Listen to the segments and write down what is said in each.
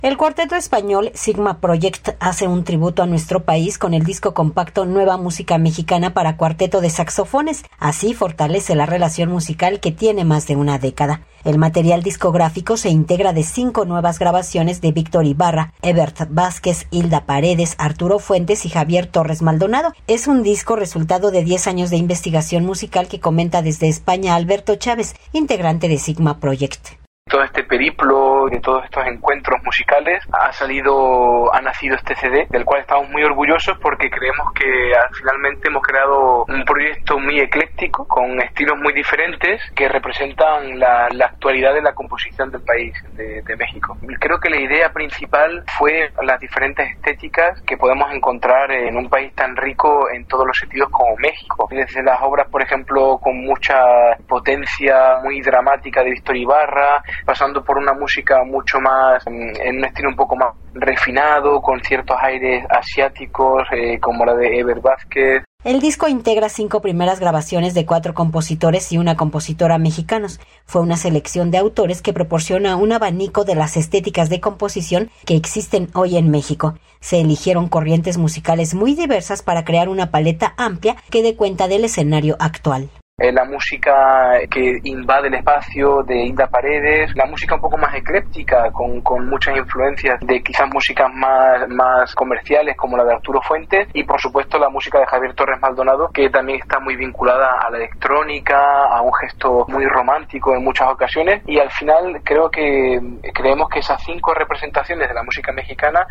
El cuarteto español Sigma Project hace un tributo a nuestro país con el disco compacto Nueva Música Mexicana para cuarteto de saxofones. Así fortalece la relación musical que tiene más de una década. El material discográfico se integra de 5 nuevas grabaciones de Víctor Ibarra, Ebert Vázquez, Hilda Paredes, Arturo Fuentes y Javier Torres Maldonado. Es un disco resultado de 10 años de investigación musical que comenta desde España Alberto Chávez, integrante de Sigma Project. Todo este periplo, de todos estos encuentros musicales, ha nacido este CD, del cual estamos muy orgullosos porque creemos que finalmente hemos creado un proyecto muy ecléctico, con estilos muy diferentes, que representan la actualidad de la composición del país, de México. Creo que la idea principal fue las diferentes estéticas que podemos encontrar en un país tan rico en todos los sentidos como México. Desde las obras, por ejemplo, con mucha potencia, muy dramática de Víctor Ibarra, pasando por una música mucho más, en un estilo un poco más refinado, con ciertos aires asiáticos, como la de Ebert Vázquez. El disco integra 5 primeras grabaciones de 4 compositores y una compositora mexicanos. Fue una selección de autores que proporciona un abanico de las estéticas de composición que existen hoy en México. Se eligieron corrientes musicales muy diversas para crear una paleta amplia que dé cuenta del escenario actual. La música que invade el espacio de Hilda Paredes, la música un poco más ecléptica, con muchas influencias de quizás músicas más comerciales como la de Arturo Fuentes, y por supuesto la música de Javier Torres Maldonado, que también está muy vinculada a la electrónica, a un gesto muy romántico en muchas ocasiones, y al final creemos que esas 5 representaciones de la música mexicana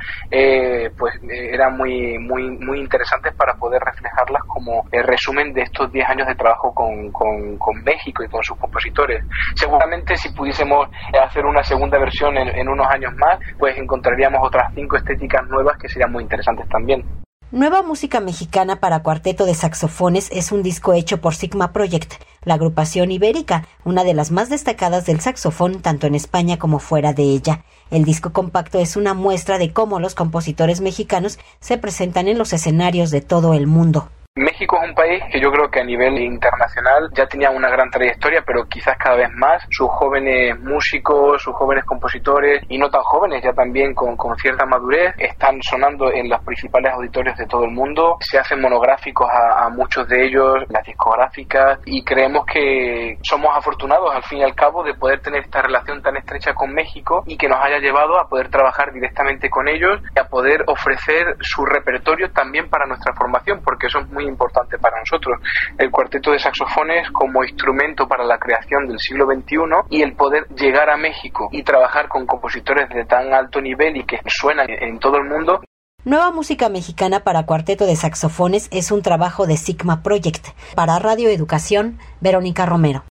eran muy interesantes para poder reflejarlas como el resumen de estos 10 años de trabajo con México y con sus compositores. Seguramente si pudiésemos hacer una segunda versión en unos años más, pues encontraríamos otras 5 estéticas nuevas que serían muy interesantes también. Nueva Música Mexicana para cuarteto de saxofones es un disco hecho por Sigma Project, la agrupación ibérica, una de las más destacadas del saxofón tanto en España como fuera de ella. El disco compacto es una muestra de cómo los compositores mexicanos se presentan en los escenarios de todo el mundo. México es un país que yo creo que a nivel internacional ya tenía una gran trayectoria, pero quizás cada vez más sus jóvenes músicos, sus jóvenes compositores, y no tan jóvenes, ya también con cierta madurez, están sonando en los principales auditorios de todo el mundo. Se hacen monográficos a muchos de ellos, las discográficas, y creemos que somos afortunados al fin y al cabo de poder tener esta relación tan estrecha con México y que nos haya llevado a poder trabajar directamente con ellos y a poder ofrecer su repertorio también para nuestra formación, porque eso es muy importante para nosotros. El cuarteto de saxofones como instrumento para la creación del siglo XXI, y el poder llegar a México y trabajar con compositores de tan alto nivel y que suenan en todo el mundo. Nueva Música Mexicana para cuarteto de saxofones es un trabajo de Sigma Project. Para Radio Educación, Verónica Romero.